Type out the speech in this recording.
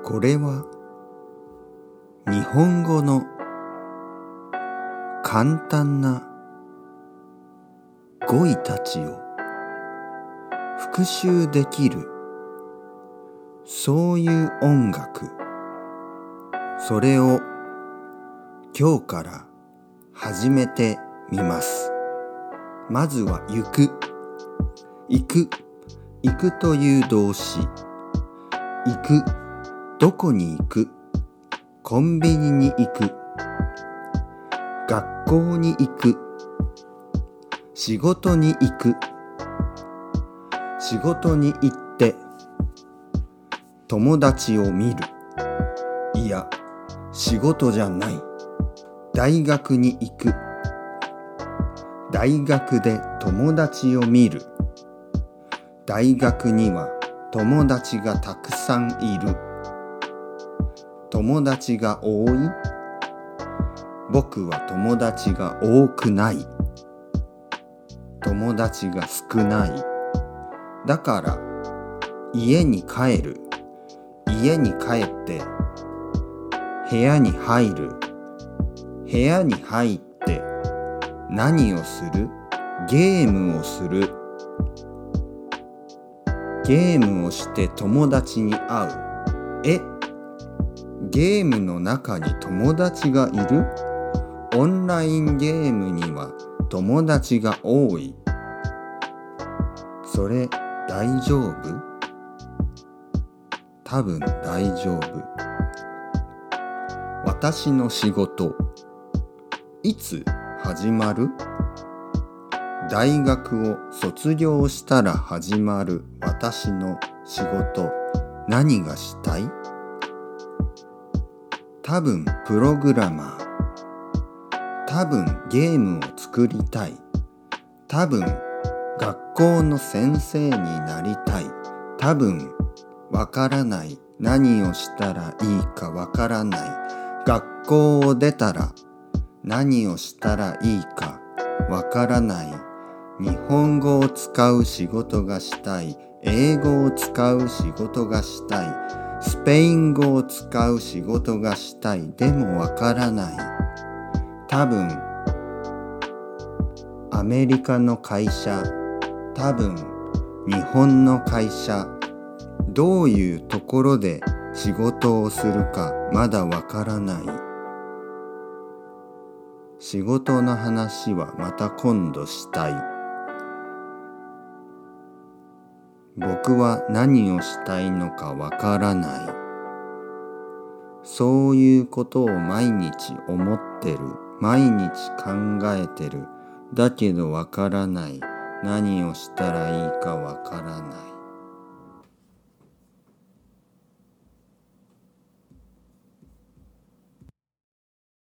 これは日本語の簡単な語彙たちを復習できる、そういう音楽。それを今日から始めてみます。まずは行くという動詞。行く、どこに行く？コンビニに行く、学校に行く、仕事に行く、仕事に行って友達を見る。いや、仕事じゃない。大学に行く、大学で友達を見る。大学には友達がたくさんいる。友達が多い？僕は友達が多くない。友達が少ない。だから家に帰る。家に帰って部屋に入る。部屋に入って何をする？ゲームをする。ゲームをして友達に会う。ゲームの中に友達がいる？オンラインゲームには友達が多い。それ大丈夫？多分大丈夫。私の仕事、いつ始まる？大学を卒業したら始まる私の仕事、何がしたい？多分プログラマー。多分ゲームを作りたい。多分学校の先生になりたい。多分わからない。何をしたらいいかわからない。学校を出たら何をしたらいいかわからない。日本語を使う仕事がしたい。英語を使う仕事がしたい。スペイン語を使う仕事がしたい。でもわからない。多分アメリカの会社、多分日本の会社、どういうところで仕事をするかまだわからない。仕事の話はまた今度したい。僕は何をしたいのかわからない。そういうことを毎日思ってる。毎日考えてる。だけどわからない。何をしたらいいかわからない。